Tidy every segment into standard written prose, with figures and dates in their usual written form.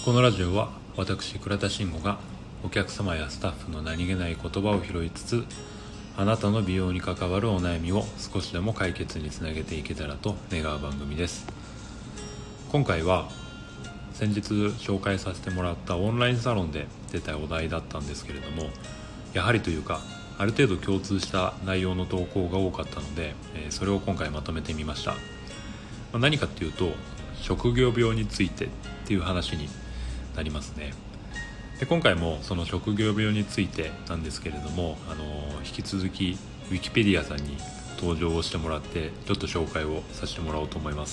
このラジオは私倉田慎吾がお客様やスタッフの何気ない言葉を拾いつつ、あなたの美容に関わるお悩みを少しでも解決につなげていけたらと願う番組です。今回は先日紹介させてもらったオンラインサロンで出たお題だったんですけれども、やはりというかある程度共通した内容の投稿が多かったので、それを今回まとめてみました。何かっていうと、職業病についてっていう話になりますね。で今回もその職業病についてなんですけれども、引き続きウィキペディアさんに登場をしてもらってちょっと紹介をさせてもらおうと思います。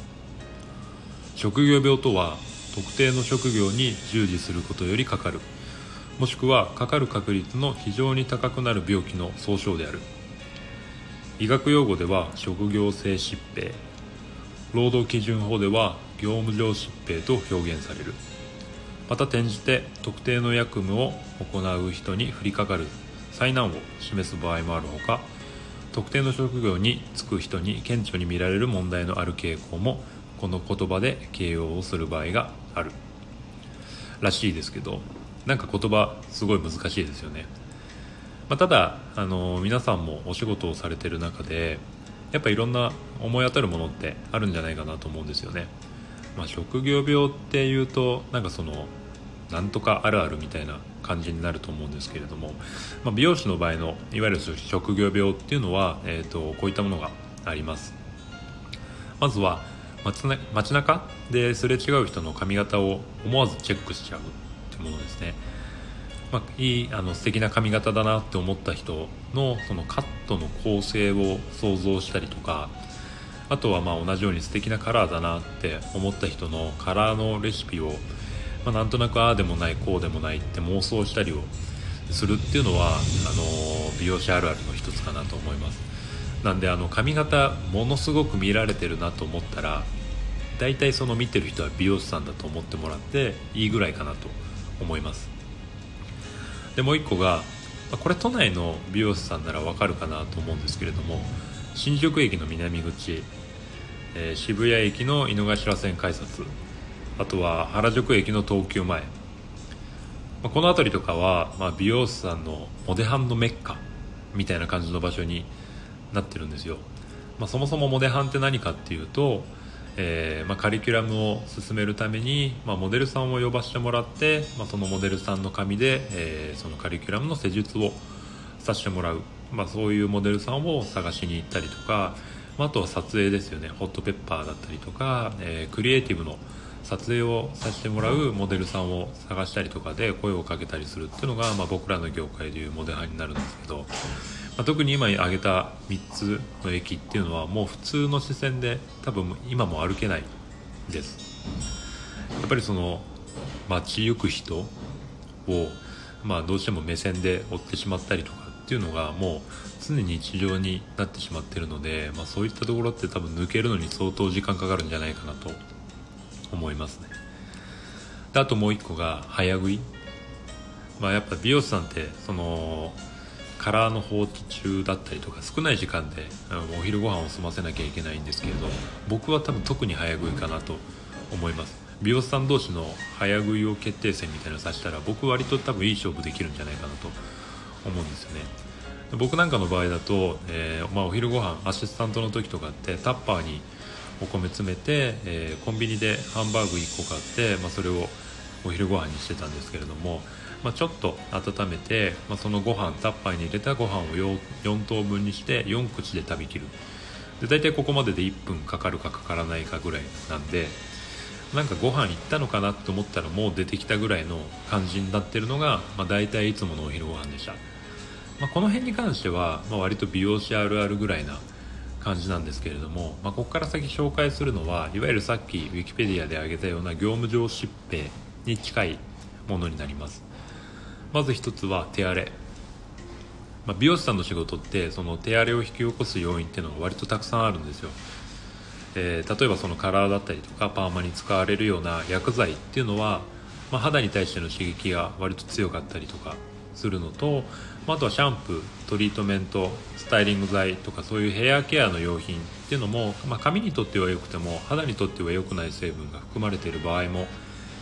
職業病とは、特定の職業に従事することよりかかる、もしくはかかる確率の非常に高くなる病気の総称である。医学用語では職業性疾病、労働基準法では業務上疾病と表現される。また転じて特定の役務を行う人に降りかかる災難を示す場合もあるほか、特定の職業に就く人に顕著に見られる問題のある傾向もこの言葉で形容をする場合があるらしいですけど、なんか言葉すごい難しいですよね。ただ皆さんもお仕事をされている中でやっぱいろんな思い当たるものってあるんじゃないかなと思うんですよね。職業病っていうとなんかなんとかあるあるみたいな感じになると思うんですけれども、美容師の場合のいわゆる職業病っていうのは、こういったものがあります。まずは街中ですれ違う人の髪型を思わずチェックしちゃうってものですね。素敵な髪型だなって思った人のそのカットの構成を想像したりとか、あとは同じように素敵なカラーだなって思った人のカラーのレシピを、なんとなくああでもないこうでもないって妄想したりをするっていうのは美容師あるあるの一つかなと思います。なんで髪型ものすごく見られてるなと思ったら、大体その見てる人は美容師さんだと思ってもらっていいぐらいかなと思います。でもう一個が、これ都内の美容師さんならわかるかなと思うんですけれども、新宿駅の南口、渋谷駅の井の頭線改札、あとは原宿駅の東急前、この辺りとかは、美容師さんのモデハンのメッカみたいな感じの場所になってるんですよ。そもそもモデハンって何かっていうと、カリキュラムを進めるために、モデルさんを呼ばせてもらって、そのモデルさんの髪で、そのカリキュラムの施術をさせてもらう、そういうモデルさんを探しに行ったりとか、あとは撮影ですよね。ホットペッパーだったりとか、クリエイティブの撮影をさせてもらうモデルさんを探したりとかで声をかけたりするっていうのが、僕らの業界でいうモデハンになるんですけど、特に今挙げた3つの駅っていうのはもう普通の視線で多分今も歩けないです。やっぱりその街行く人をどうしても目線で追ってしまったりとかっていうのがもう常に日常になってしまっているので、そういったところって多分抜けるのに相当時間かかるんじゃないかなと思いますね。であともう一個が早食い。やっぱ美容師さんってカラーの放置中だったりとか少ない時間でお昼ご飯を済ませなきゃいけないんですけれど、僕は多分特に早食いかなと思います。美容師さん同士の早食いを決定戦みたいなのをさせたら僕割と多分いい勝負できるんじゃないかなと思うんですよね。僕なんかの場合だと、お昼ご飯アシスタントの時とかってタッパーにお米詰めて、コンビニでハンバーグ1個買って、それをお昼ご飯にしてたんですけれども、ちょっと温めて、そのご飯タッパーに入れたご飯を 4等分にして4口で食べきる。で大体ここまでで1分かかるかかからないかぐらいなんで、なんかご飯いったのかなと思ったらもう出てきたぐらいの感じになってるのが、大体いつものお昼ご飯でした。この辺に関しては、割と美容師あるあるぐらいな感じなんですけれども、ここから先紹介するのはいわゆるさっきウィキペディアで挙げたような業務上疾病に近いものになります。まず一つは手荒れ。美容師さんの仕事ってその手荒れを引き起こす要因っていうのが割とたくさんあるんですよ。例えばそのカラーだったりとかパーマに使われるような薬剤っていうのは、肌に対しての刺激が割と強かったりとかするのと、あとはシャンプー、トリートメント、スタイリング剤とかそういうヘアケアの用品っていうのも、髪にとっては良くても肌にとっては良くない成分が含まれている場合も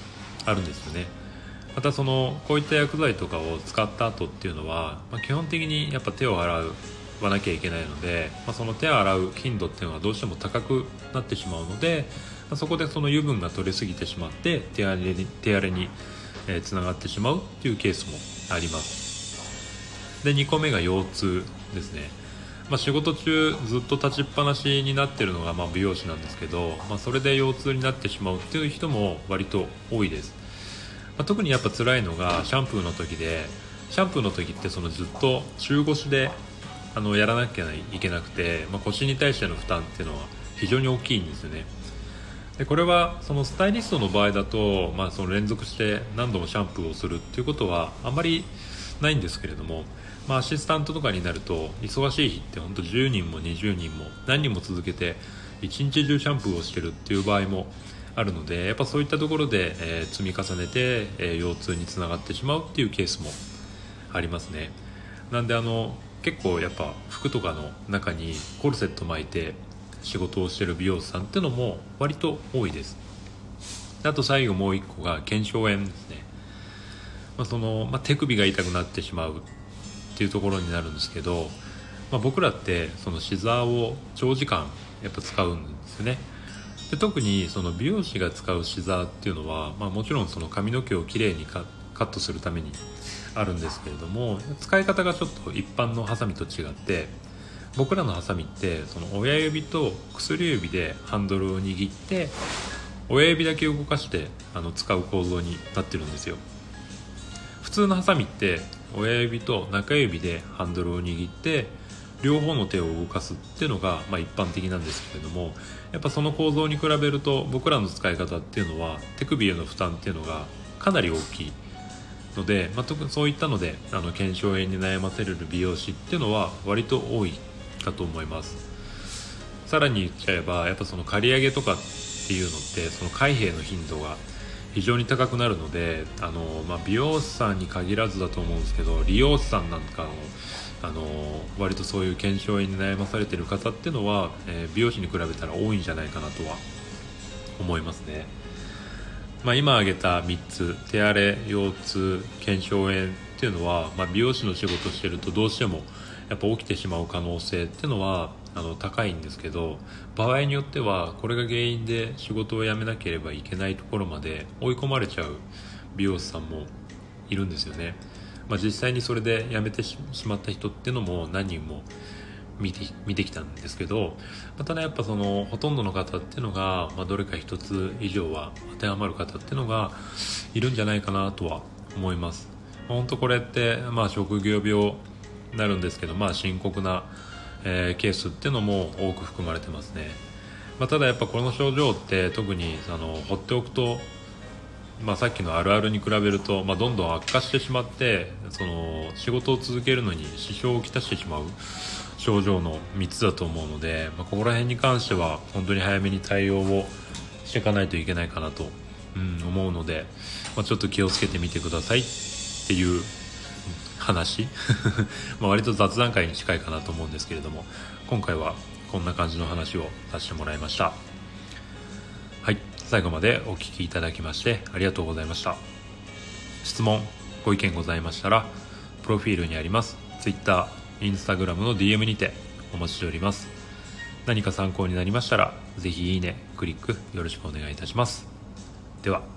あるんですよね。またこういった薬剤とかを使った後っていうのは、基本的にやっぱ手を洗わなきゃいけないので、その手を洗う頻度っていうのはどうしても高くなってしまうので、そこでその油分が取れすぎてしまって手荒れにつながってしまうっていうケースもあります。で、2個目が腰痛ですね。仕事中ずっと立ちっぱなしになっているのが美容師なんですけど、それで腰痛になってしまうっていう人も割と多いです。特にやっぱ辛いのがシャンプーの時で、シャンプーの時ってずっと中腰でやらなきゃいけなくて、腰に対しての負担っていうのは非常に大きいんですよね。でこれはスタイリストの場合だと、連続して何度もシャンプーをするっていうことはあまりないんですけれども、アシスタントとかになると忙しい日って本当10人も20人も何人も続けて一日中シャンプーをしてるっていう場合もあるので、やっぱそういったところで、積み重ねて、腰痛につながってしまうっていうケースもありますね。なんで結構やっぱ服とかの中にコルセット巻いて仕事をしてる美容師さんっていうのも割と多いです。あと最後もう一個が腱鞘炎ですね。手首が痛くなってしまうっていうところになるんですけど、僕らってシザーを長時間やっぱ使うんですよね。で特に美容師が使うシザーっていうのは、もちろん髪の毛をきれいにカットするためにあるんですけれども、使い方がちょっと一般のハサミと違って、僕らのハサミって親指と薬指でハンドルを握って親指だけ動かして使う構造になってるんですよ。普通のハサミって親指と中指でハンドルを握って両方の手を動かすっていうのが一般的なんですけれども、やっぱその構造に比べると僕らの使い方っていうのは手首への負担っていうのがかなり大きいので、特にそういったので腱鞘炎に悩ませれる美容師っていうのは割と多いかと思います。さらに言っちゃえばやっぱ刈り上げとかっていうのって開閉の頻度が非常に高くなるので、美容師さんに限らずだと思うんですけど、理容師さんなんかの割とそういう腱鞘炎に悩まされている方っていうのは、美容師に比べたら多いんじゃないかなとは思いますね。今挙げた3つ、手荒れ、腰痛、腱鞘炎っていうのは、美容師の仕事をしているとどうしてもやっぱ起きてしまう可能性っていうのは高いんですけど、場合によってはこれが原因で仕事を辞めなければいけないところまで追い込まれちゃう美容師さんもいるんですよね。実際にそれで辞めてしまった人っていうのも何人も見てきたんですけど、ただやっぱほとんどの方っていうのが、どれか一つ以上は当てはまる方っていうのがいるんじゃないかなとは思います。本当これって職業病になるんですけど、深刻な、ケースっていうのも多く含まれてますね。ただやっぱこの症状って特に放っておくと、さっきのあるあるに比べると、どんどん悪化してしまって仕事を続けるのに支障をきたしてしまう症状の3つだと思うので、ここら辺に関しては本当に早めに対応をしていかないといけないかなと、思うので、ちょっと気をつけてみてくださいっていう話割と雑談会に近いかなと思うんですけれども、今回はこんな感じの話をさせてもらいました。はい、最後までお聞きいただきましてありがとうございました。質問ご意見ございましたらプロフィールにあります Twitter、Instagram の DM にてお待ちしております。何か参考になりましたらぜひいいね、クリックよろしくお願いいたします。では。